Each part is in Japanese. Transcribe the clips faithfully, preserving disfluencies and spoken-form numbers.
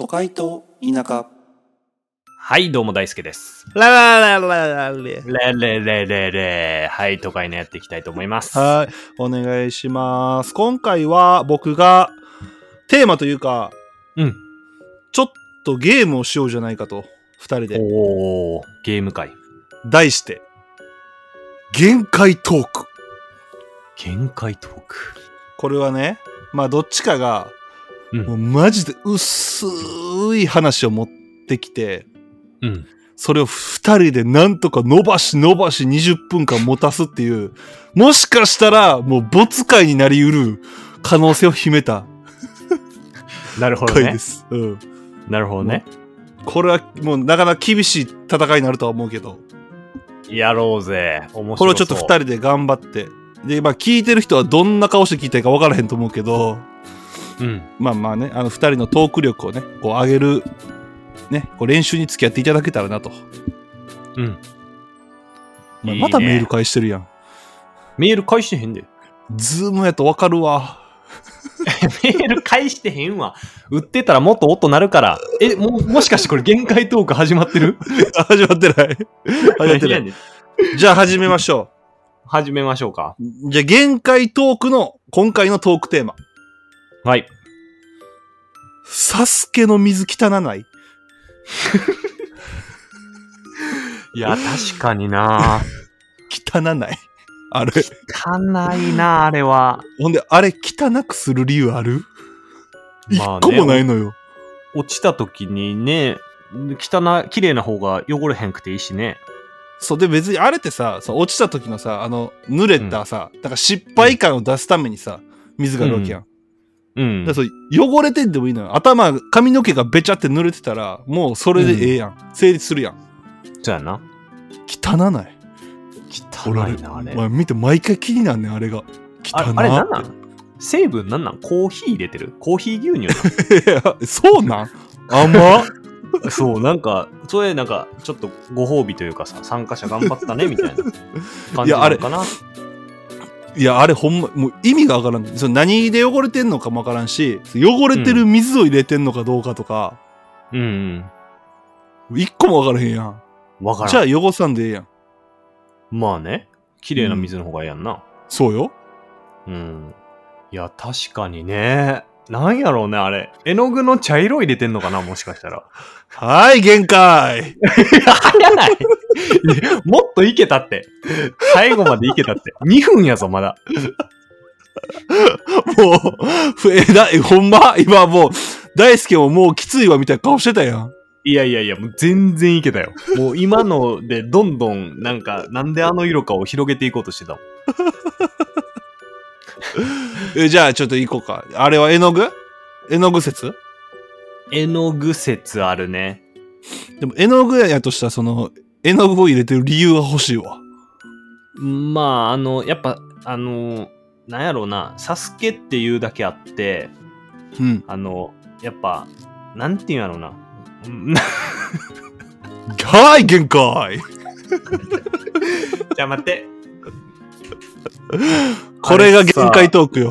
都会と田舎。 はい、どうも大輔です。 ラララララレ。 レレレレレ。はい、都会のやっていきたいと思います。 はい、お願いします。今回は僕がテーマというか、 うん。 ちょっとゲームをしようじゃないかと、二人で。 おー、ゲーム会。 題して、限界トーク。 限界トーク。 これはね、まあどっちかが、 うん、 もうマジで薄い話を持ってきて、 うん。 それを二人でなんとか伸ばし伸ばしにじゅっぷんかん持たすっていう、もしかしたらもう没回になりうる可能性を秘めたなるほどね回で。す。うん。 なるほどね。 これはもうなかなか厳しい戦いになるとは思うけど、 やろうぜ。面白そう。 これをちょっと二人で頑張って。で、まあ聞いてる人はどんな顔して聞いたいか分からへんと思うけど、 うん。 まあまあね、あの二人のトーク力をね、こう上げる、ね、こう練習に付き合っていただけたらなと。 うん。 まあいいねまたメール返してるやん。 メール返してへんで。 ズームやと分かるわ。 メール返してへんわ。売ってたらもっと音鳴るから。え、も、もしかしてこれ限界トーク始まってる？ 始まってない。始まってない。じゃあ始めましょ始めましょうか。 う。じゃあ限界トークの今回のトークテーマ。 はい。 サスケの水汚ない？ いや、確かにな汚ないあれ。 汚いなあれは。 ほんで、あれ汚くする理由ある？一まあね個もないのよ。 落ちた時にね、汚い、綺麗な方が汚れへんくていいしね。 そうで別にあれってさ、そう落ちた時のさ、あの濡れたさ、だから失敗感を出すためにさ、水があるわけやん。 うん。 だからそう汚れてんでもいいのよ。頭、髪の毛がべちゃって濡れてたら、もうそれでええやん。成立するやん。 そうやな。 汚ない汚いな、あれ。 お前見て毎回気になんねん、あれが。汚あれ、あれなんなん成分なんなんコーヒー入れてるコーヒー牛乳いや、そうなん甘っなそう、なんか、それなんか、ちょっとご褒美というかさ、参加者頑張ったね、みたいな感じなのかな。 いや、あれほんま、もう意味がわからん。その何で汚れてんのかもわからんし、汚れてる水を入れてんのかどうかとか、 うん、うん。 一個もわからへんやん。 わからん。 じゃあ汚さんでええやん。 まあね、綺麗な水の方がいいやんな。 そうよ。 うん。いや、確かにね。なんやろうね、あれ。絵の具の茶色入れてんのかな、もしかしたら。 はい、限界早ないもっといけたって。最後までいけたって。にふんやぞ、まだ。 もう、え、だ、え、ほんま今もう、大輔ももうきついわみたいな顔してたやん。 いやいやいや、もう全然いけたよ。もう今のでどんどん、なんか、なんであの色かを広げていこうとしてたもん。 え、じゃあちょっと行こうか。あれは絵の具絵の具説？ 絵の具説あるね。 でも絵の具やとしたらその、絵の具を入れてる理由が欲しいわ。 まあ、あの、やっぱ、あの、なんやろうな、サスケっていうだけあって、 うん。 あの、やっぱ、なんていうんやろうな。 はい、限界じゃあ待って。 これが限界トークよ。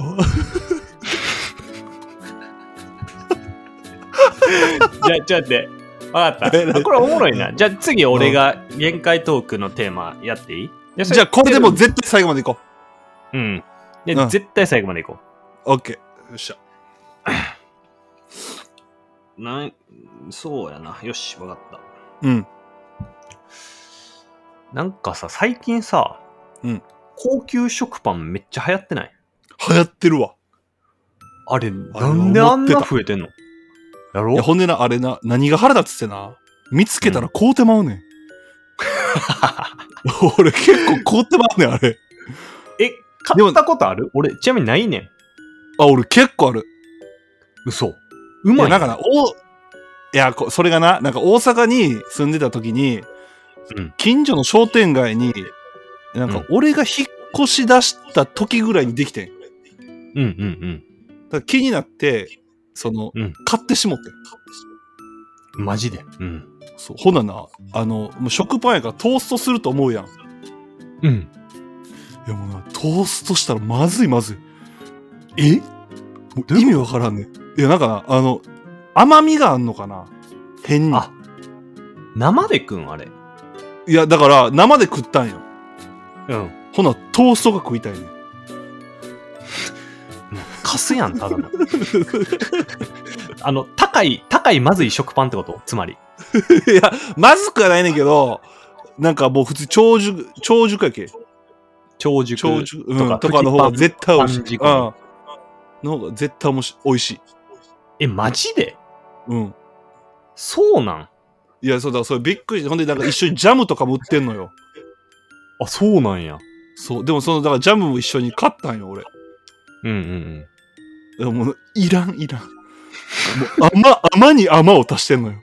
じゃあ、ちょっと待って。わかった。これおもろいな。じゃあ次俺が限界トークのテーマやっていい？ じゃあこれでもう絶対最後まで行こう。うん。で、 うん絶対最後までいこう。オッケー。よっしゃ。 う。なん、そうやな。よし、わかった。 うん。 なんかさ、最近さ、 うん。 高級食パンめっちゃ流行ってない？ 流行ってるわ。 あれ、なんであんな増えてんの？やろ？ いや、ほんでな、あれな、何が腹立つってな、見つけたら買うてまうねん。俺結構買うてまうねん、あれ。 え、買ったことある？俺、ちなみにないねん。 あ、俺結構ある。 嘘。うまい。 いや、なんかな、お、いや、こそれがな、なんか大阪に住んでた時に、 うん、 近所の商店街に、なんか俺が引っ越し出した時ぐらいにできてん。 うんうんうん。 だから気になって、その、 うん、 買ってしもってん。 マジで。うん。 そう。ほなな、あの、もう食パンやからトーストすると思うやん。 うん。 いやもうな、トーストしたらまずいまずい。えもう意味わからんねん。いやなんかな、あの、 甘みがあんのかな変に。 あ、生で食うんあれ。 いや、だから生で食ったんよ。 うん。 ほな、トーストが食いたいね。 カスやん、ただの。あの、高い、高いまずい食パンってことつまり。 いや、まずくはないねんけど、なんかもう普通、長熟、長熟やけ。 長熟長熟、うん、 とかとかの方が絶対美味しい。 パン仕うん。 込みの方が絶対おもし美味しい。 え、マジでうん。 そうなん？ いや、そうだ、それびっくりして、ほんで、なんか一緒にジャムとかも売ってんのよ。 あ、そうなんや。 そう。でもその、だからジャムも一緒に買ったんよ、俺。 うんうんうん。 でももう、いらん、いらん。もう、甘、甘に甘を足してんのよ。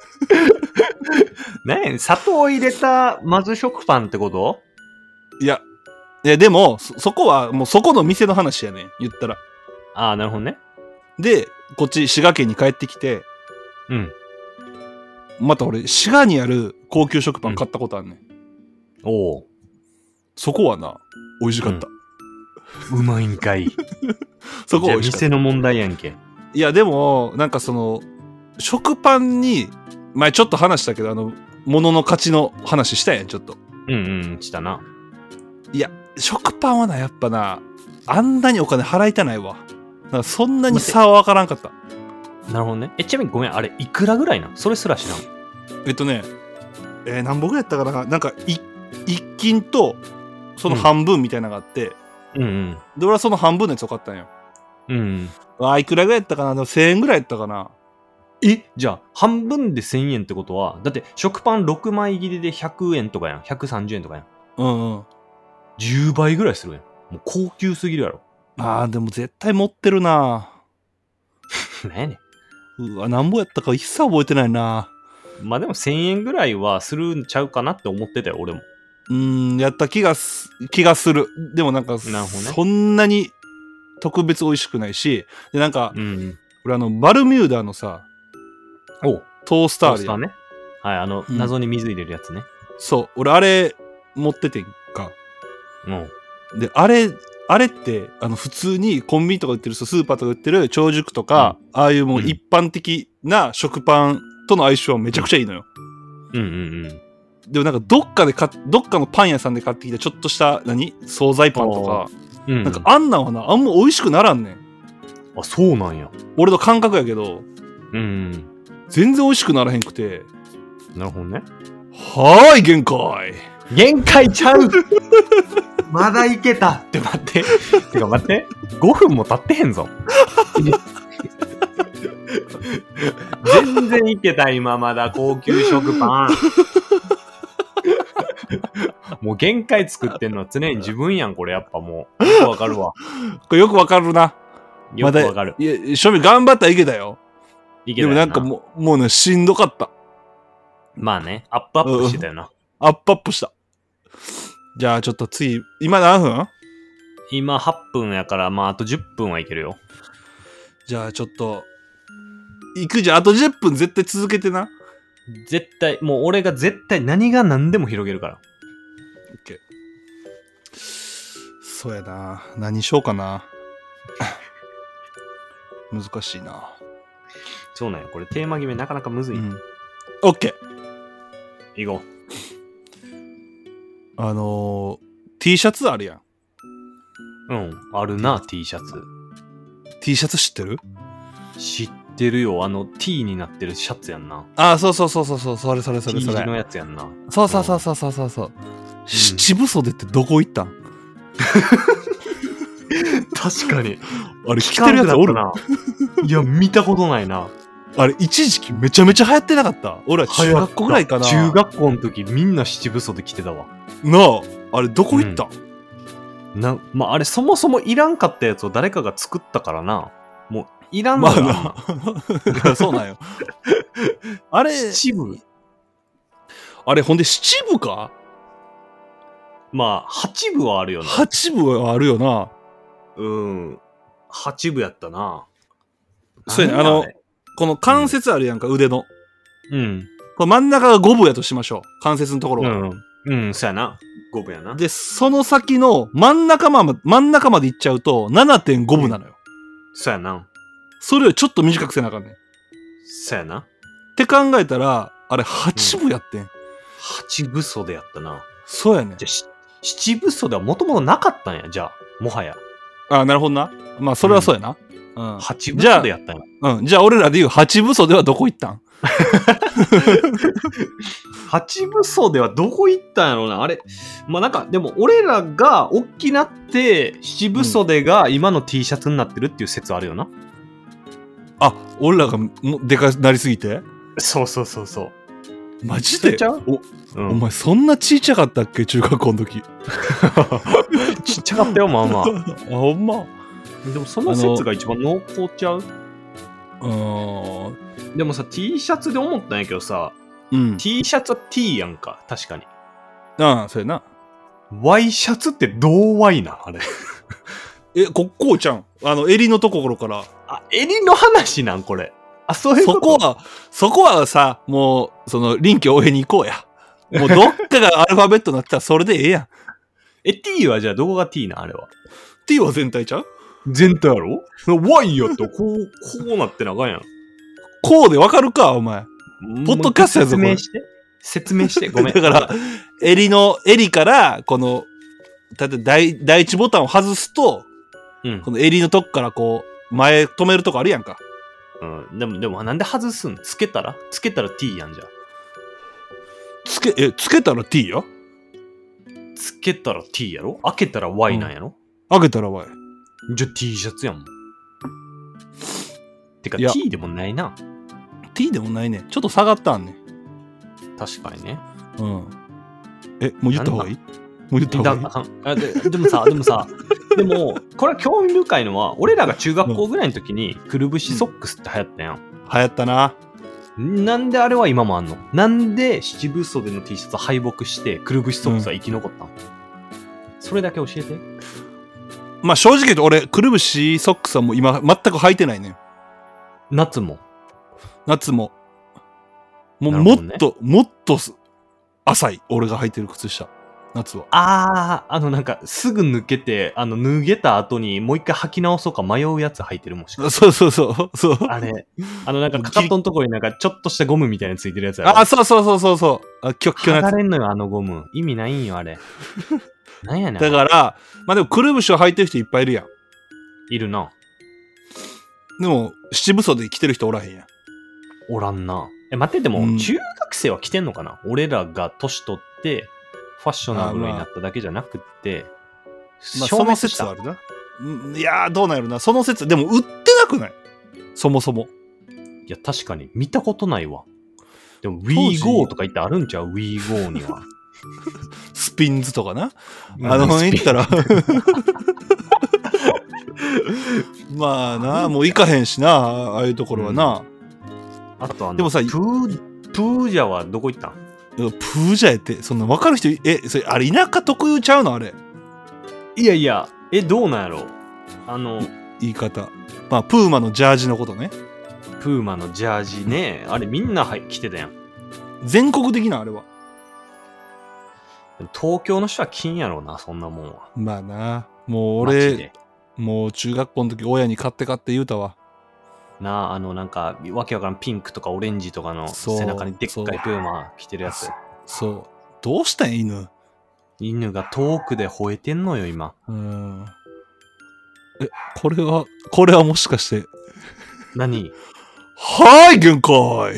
ねえ、砂糖入れたまず食パンってこと？ いや、いや、でも、そ、そこは、もうそこの店の話やねん、言ったら。 ああ、なるほどね。 で、こっち、滋賀県に帰ってきて、 うん。 また俺、滋賀にある高級食パン買ったことあんねん。 おお。 そこはな、美味しかった。 うまいんかい。 そこは美味しかった。 店の問題やんけ。 いや、でも、なんかその、食パンに、前ちょっと話したけど、あの、物の価値の話したやん、ちょっと。 うんうん、したな。 いや、食パンはな、やっぱな、あんなにお金払いたないわ。だからそんなに差はわからんかった。 なるほどね。え、ちなみにごめん、あれ、いくらぐらいなん？それすら知らん。 えっとね、えー、何本ぐらいやったかな。なんか、い、一斤と、その半分みたいなのがあって、 うんうん。 で、俺はその半分のやつを買ったんよ。 うんうん。 あ、いくらぐらいやったかな。でもせんえんぐらいやったかな。 え、じゃあ、半分でせんえんってことは、だって食パンろくまい切りでひゃくえんとかやん。ひゃくさんじゅうえんとかやん。 うんうん。 じゅうばいぐらいするやん。もう高級すぎるやろ。 あー、でも絶対持ってるな。 なんやねうわ、なんぼやったか一切覚えてないな。 ん。まあでもせんえんぐらいはするんちゃうかなって思ってたよ、俺も。 うーん、やった気がす、気がする。でもなんか、 なるほどねそんなに特別美味しくないし、で、なんか、 うん。 俺あの、バルミューダのさ、 おトースターあるやん。 トースターね。はい、あの、 うん謎に水入れるやつね。 そう、俺あれ持っててんか。 うん。 で、あれ、あれって、あの、普通にコンビニとか売ってる、スーパーとか売ってる長熟とか、うん、ああいうもう一般的な食パンとの相性はめちゃくちゃいいのよ。 うんうんうん。 でもなんかどっかで買っ、どっかのパン屋さんで買ってきたちょっとした何惣菜パンとか、うん、なんかあんなんはな、あんま美味しくならんねん。 あ、そうなんや。 俺の感覚やけど、 うん。 全然美味しくならへんくて。 なるほどね。 はーい、限界。 限界ちゃうまだいけたって待って。てか待って。ごふんも経ってへんぞ。全然いけた、今まだ高級食パン。もう限界作ってんのは常に自分やん、これやっぱもう。よくわかるわ。 これよくわかるな。 よくわかる。 ま、いや、正味頑張ったらいけたよ。 いけたよな。 でもなんかもう、もうね、しんどかった。 まあね、アップアップしてたよな。 アップアップした。じゃあちょっと次、今何分？ 今はっぷんやから、まああとじゅっぷんはいけるよ。 じゃあちょっと、いくじゃん。あとじゅっぷん絶対続けてな。 絶対、もう俺が絶対何が何でも広げるから。 オッケー。そうやな。何しようかな。難しいな。 そうなんや。これテーマ決めなかなかむずい。うん、 オッケー。いこう。 あのー、T シャツあるやん。 うん、あるな、T シャツ。 T シャツ知ってる？ 知ってるよ。あの T になってるシャツやんな。 ああ、そうそうそうそうそう、それそれそれそれ。 T 字のやつやんな。 そうそうそうそうそうそうそう。うん、七分袖ってどこ行ったん？ 確かに。 あれ着てるやつおるな。いや、見たことないな。 あれ、一時期めちゃめちゃ流行ってなかった？俺は中学校ぐらいかな。 中学校の時みんな七分袖着てたわ。 なあ、あれどこ行ったん？ うん、な、まあ、あれそもそもいらんかったやつを誰かが作ったからな。もう、いらんのだな。 まあ、そうなんよ。あれ、 七分あれ、ほんで七分か？ まあ、八分はあるよな。 八分はあるよな。 うん。八分やったな。 そうやね、あの、この関節あるやんか、うん、腕の。 うん。 この真ん中が五分やとしましょう。関節のところが。 うん。うん、そうやな。五分やな。 で、その先の真ん中まで、真ん中まで行っちゃうと ななてんご 分なのよ、うん。 そうやな。 それをちょっと短くせなあかんねん。 そうやな。 って考えたら、あれはち部やってん。 八部袖やったな。 そうやねん。 じゃあ、七部袖はもともとなかったんや、じゃあ、もはや。 あ、なるほどな。まあ、それはそうやな。うん。 八部袖やったんや。 うん。じゃあ、俺らで言う八部袖はどこ行ったん？ 八部袖はどこ行ったんやろうな。あれ、まあなんか、でも俺らが大きなって、七部袖が今の T シャツになってるっていう説あるよな。 あ、俺らがもでかなりすぎて？ そうそうそうそう。 マジで？ ちゃう？ お、 うん、 お前そんなちっちゃかったっけ中学校の時。 ちっちゃかったよ、まあまあ。あ、 ほんま。 でもその説が一番濃厚ちゃう？ うーん。 でもさ、T シャツで思ったんやけどさ、 うん。 T シャツは T やんか、確かに。 ああ、そうやな。 Y シャツってどう Y なあれ。 え、こっこうちゃん。あの、襟のところから。 あ、襟の話なんこれ。あ、そういうこと。 そこは、そこはさ、もう、その、臨機応変に行こうや。もうどっかがアルファベットになったらそれでええやん。 え、T はじゃあどこが T なんあれは。 T は全体ちゃう？ 全体やろ？ Y やとこう、こうなってなあかんやん。 こうでわかるかお前。ポッドキャストやぞ、 説明して。説明して。ごめん。 だから、襟の、襟から、この、例えば第、第一ボタンを外すと、 うん。 この襟のとこからこう、前止めるとこあるやんか。 うん。でも、でも、なんで外すん？つけたらつけたら T やんじゃん。 つけ、え、つけたら T や？ つけたら T やろ？開けたら Y なんやろ？ 開けたら Y。 じゃあ T シャツやんもん。てかいや T でもないな。 T でもないね。ちょっと下がったんね。 確かにね。 うん。え、もう言った方がいい？もう言った方がいい？ だあででもさ、でもさ、でも、これは興味深いのは、俺らが中学校ぐらいの時に、くるぶしソックスって流行ったやん。 流行ったな。 なんであれは今もあんの？なんで七分袖の T シャツ敗北して、くるぶしソックスは生き残ったの？うん、それだけ教えて。 まあ正直言うと俺、くるぶしソックスはもう今全く履いてないね。 夏も。 夏も。もうね、 もっと、もっと浅い。俺が履いてる靴下。夏は。 あー、あのなんかすぐ抜けて、あの脱げた後にもう一回履き直そうか迷うやつ履いてるもしかして。 そうそうそう。そう。 あれ、あのなんかかかとのところになんかちょっとしたゴムみたいについてるやつやろ。 あ、そうそうそうそうそう。あ、キョッキョなやつ。 剥がれんのよ、あのゴム。意味ないんよ、あれ。なんやねん。 だから、まあでもくるぶしを履いてる人いっぱいいるやん。 いるな。 でも、七分袖着てる人おらへんやん。 おらんな。え、待って、でも、 うん、 中学生は着てんのかな？俺らが年取って、ファッショナブルになっただけじゃなくって、 まあ、その説はあるな。いやー、どうなんやろな。その説、でも売ってなくない？そもそも。 いや、確かに、見たことないわ。でも、WeGo とか言ってあるんちゃう？ WeGo には。 スピンズとかな。あの辺行ったら。まあな、もう行かへんしな、ああいうところはな。 うん、あとあの、 でもさ、 プー、プージャはどこ行ったん？ プージャやって、そんな分かる人、え、それ、あれ田舎特有ちゃうのあれ。 いやいや、え、どうなんやろ？あの、 言い方。まあ、プーマのジャージのことね。 プーマのジャージね。あれみんな着てたやん。 全国的なあれは。 東京の人は着んやろうな、そんなもんは。 まあな。もう俺、もう中学校の時親に買って買って言うたわ。 なあ、あのなんか、わけわからんピンクとかオレンジとかの背中にでっかいプーマ着てるやつ。 そう。どうしたん犬？ 犬が遠くで吠えてんのよ、今。 うん。え、これは、これはもしかして。 何？ はーい、限界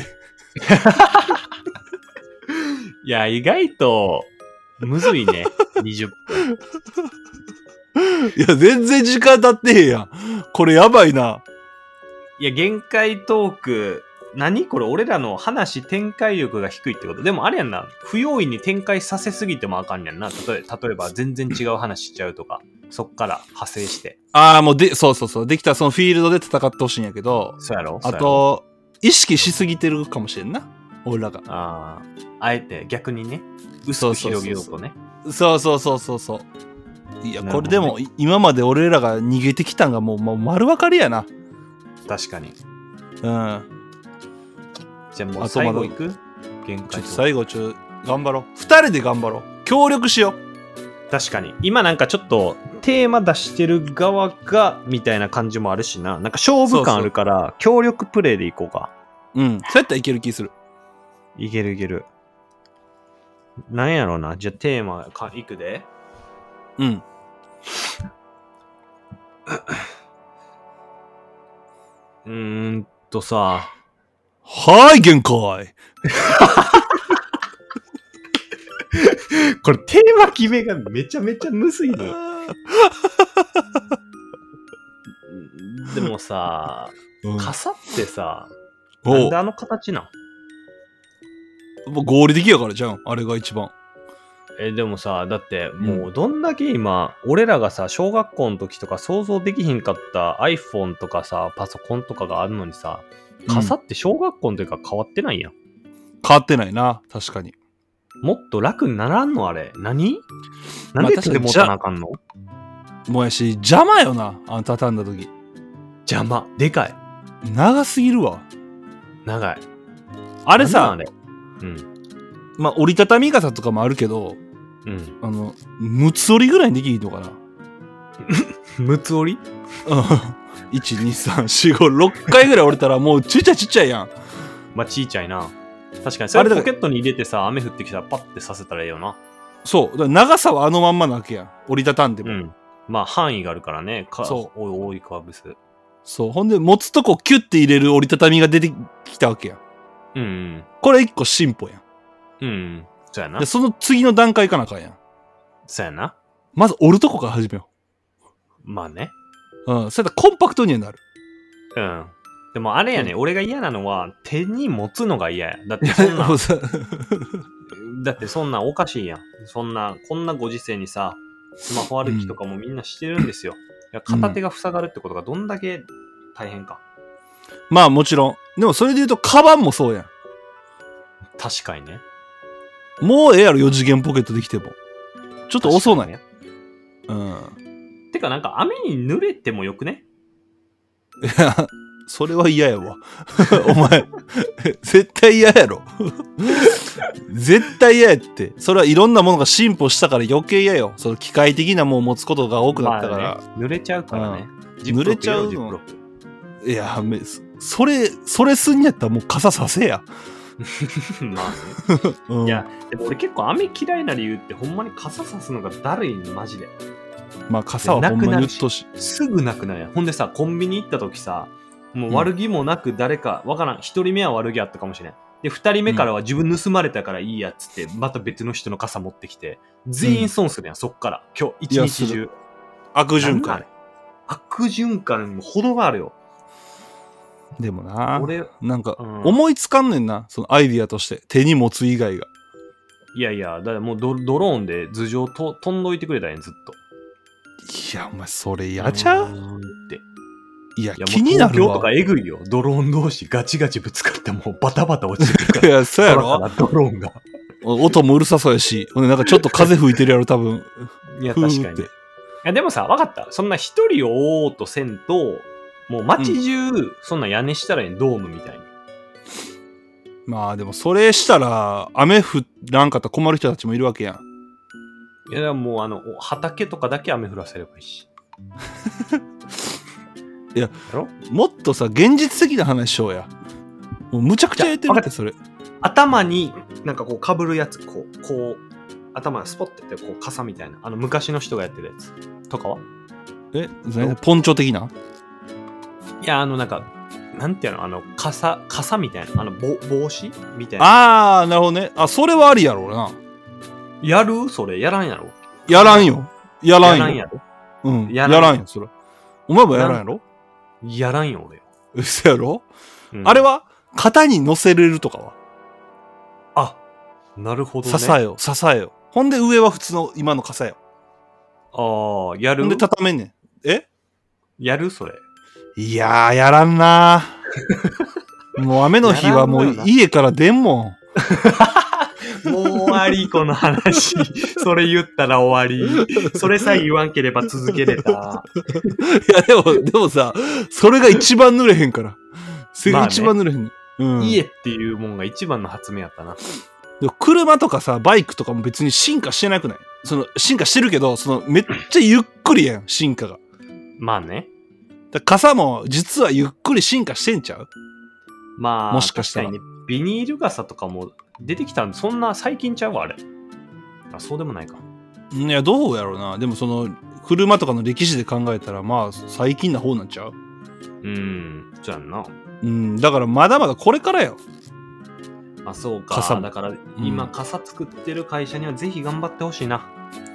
いや、意外と、むずいね。にじゅっぷん。 いや、全然時間経ってへんやん。これやばいな。 いや、限界トーク、何これ俺らの話展開力が低いってこと？でもあれやんな、不用意に展開させすぎてもあかんやんな。例え例えば全然違う話しちゃうとか、そっから派生して。 ああ、もうで、そうそうそう。できたらそのフィールドで戦ってほしいんやけど、 そうやろ？ あと、意識しすぎてるかもしれんな。俺らが。 ああ、あえて逆にね、薄く広げようとね。 そうそうそうそうそう。いや、これでも、ね、今まで俺らが逃げてきたんがもう、もう丸分かりやな。 確かに。 うん。 じゃあもう最後いく？限界。 ちょっと最後ちょっと頑張ろう。二人で頑張ろう。協力しよう。 確かに。今なんかちょっとテーマ出してる側がみたいな感じもあるしな。なんか勝負感あるから協力プレイでいこうか。 うん。そうやったらいける気する。 いけるいける。なんやろな。じゃあテーマかいくで。 うん。 うーんとさ。 はい、限界。 これテーマ決めがめちゃめちゃむずいのよ。でもさ、うん、傘ってさ、なんであの形なん？ もう合理的やからじゃん、あれが一番。 え、でもさ、だってもうどんだけ今、うん、俺らがさ、小学校の時とか想像できひんかった iPhone とかさ、パソコンとかがあるのにさ、傘って小学校の時から変わってないやん。 変わってないな、確かに。 もっと楽にならんのあれ。何？なんで手で持たなあかんの？ もやし、邪魔よな、あの畳んだ時。 邪魔。でかい。 長すぎるわ。 長い。 あれさ、 あれうん。 まあ、折りたたみ傘とかもあるけど、 うん。 あの、むつ折りぐらいにできるのかな。 むつ折り？ いち、に、さん、よん、ご、ろっかいぐらい折れたらもうちっちゃいちっちゃいやん。 まあ、ちっちゃいな。確かに。それポケットに入れてさ、雨降ってきたらパッてさせたらええよな。 そう。だから長さはあのまんまなわけやん。折りたたんでも。 うん。まあ、範囲があるからね。かそう覆いかぶす。 そう。ほんで、持つとこキュッて入れる折りたたみが出てきたわけやん。 うん、うん。 これ一個進歩やん。 うん、うん。そうやな。 で、その次の段階いかなあかんやん。 そうやな。 まず折るとこから始めよう。まあね。 うん。それだコンパクトにはなる。 うん。でもあれやね、うん、俺が嫌なのは手に持つのが嫌や。だってそんなだってそんなおかしいやん。そんなこんなご時世にさ、スマホ歩きとかもみんなしてるんですよ。いや片手が塞がるってことがどんだけ大変か。 うん、まあもちろん。でもそれで言うとカバンもそうやん。 確かにね。 もうええやろよ次元ポケットできても。ちょっと遅ないね。うん。 てかなんか雨に濡れてもよくね？ いや。それは嫌やわ。お前、絶対嫌やろ。絶対嫌やって。それはいろんなものが進歩したから余計嫌よ。その機械的なものを持つことが多くなったから。 まあね、濡れちゃうからね。 うん、濡れちゃうの。いや、それ、それすんやったらもう傘させや。 まあね。うん、いや、でも俺結構雨嫌いな理由ってほんまに傘さすのがだるいの、マジで。 まあ傘はほんまにうっとし。 すぐなくなるやん。ほんでさ、コンビニ行った時さ、もう悪気もなく誰か、わからん。一人目は悪気あったかもしれん。で、二人目からは自分盗まれたからいいやっつって、また別の人の傘持ってきて、全員損するやん、そっから。今日、一日中。 悪循環。 悪循環にも程があるよ。 でもな、 俺、 なんか、思いつかんねんな、そのアイディアとして。手に持つ以外が。 いやいや、だからもうドドローンで頭上と飛んどいてくれたんやん、ずっと。 いや、お前、それやちゃうって。いや、 いや気になるわ。 東京とかえぐいよ。ドローン同士ガチガチぶつかってもうバタバタ落ちてるから。 いや、そうやろドローンが。 音もうるさそうやし、ほんでなんかちょっと風吹いてるやろ、多分。 いや、確かに。いや、でもさ、わかった。そんな一人を追おうとせんと、もう街中、うん、そんな屋根したらいいドームみたいに。 まあでもそれしたら、雨降らんかったら困る人たちもいるわけやん。 いや、もうあの、畑とかだけ雨降らせればいいし。 いや、もっとさ、現実的な話しようや。もうむちゃくちゃやってるってそれ。 頭になんかこう被るやつ、こう、こう、頭スポッてやってこう傘みたいな、あの昔の人がやってるやつとかはえ、ポンチョ的な？ いや、あのなんか、なんていうの、あの、傘、傘みたいな、あの、ぼ帽子みたいな。あー、なるほどね。あ、それはありやろうな。 やる？それ、やらんやろ？ やらんよ。やらんよ。 やらんやろ？ うん。やらんよ、それ。お前もやらんやろ？ やらんよ、俺よ。 嘘やろ、うん、あれは肩に乗せれるとかはあ、なるほどね。 支えよ、支えよ。ほんで上は普通の今の傘よ。 ああ、やる？ ほんで畳めんねん。え？ やるそれ。 いやー、やらんなー。もう雨の日はもう家から出んもん。 もう終わり、この話。それ言ったら終わり。それさえ言わんければ続けれた。 いや、でも、でもさ、それが一番濡れへんから。それが一番濡れへん、ねうん。家っていうもんが一番の発明やったな。 でも車とかさ、バイクとかも別に進化してなくない？その、進化してるけど、その、めっちゃゆっくりやん、進化が。 まあね。 だ傘も実はゆっくり進化してんちゃう？ まあ、 もしかしたら確かにね、ビニール傘とかも出てきたんそんな最近ちゃうわ、あれ。あ、そうでもないか。 いや、どうやろうな。でもその、車とかの歴史で考えたら、まあ、最近な方なんちゃう？ うーん、そうやんな。 うん、だからまだまだこれからよ。 あ、そうか。 傘もだから、 うん今、傘作ってる会社にはぜひ頑張ってほしいな。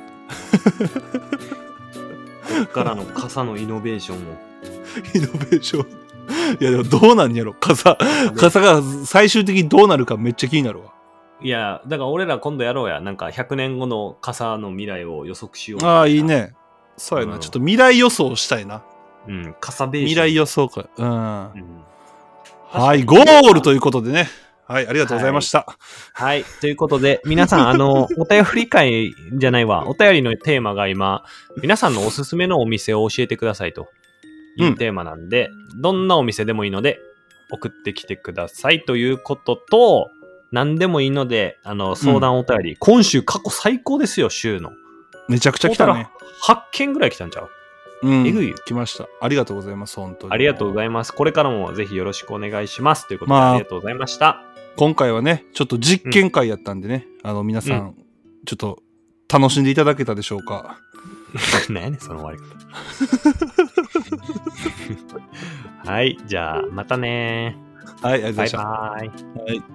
こっからの傘のイノベーションを。 イノベーション。いや、でもどうなんやろ。傘、傘が最終的にどうなるかめっちゃ気になるわ。 いや、だから俺ら今度やろうや。なんかひゃくねんごの傘の未来を予測しよう。 ああ、いい。ね。そうやな、 うんちょっと未来予想したいな。 うん、傘ベーション。 未来予想会。うん。 うんはい、ゴールということでね。はい、ありがとうございました。 はい。ということで、皆さん、あの、お便り会じゃないわ。お便りのテーマが今、皆さんのおすすめのお店を教えてくださいというテーマなんで、どんなお店でもいいので、送ってきてくださいということと、何でもいいので、あの、相談お便り、今週過去最高ですよ、週の。 めちゃくちゃ来たね。 はちけんぐらい来たんちゃう？ うん。 えぐいよ。 来ました。ありがとうございます、本当に。 ありがとうございます。これからもぜひよろしくお願いします。ということで、 まあありがとうございました。 今回はね、ちょっと実験会やったんでね、あの、皆さん、ちょっと楽しんでいただけたでしょうか。 何やねん、その終わり方。はい、じゃあ、またねはい、ありがとうござバイいました。 バーイ。 はい。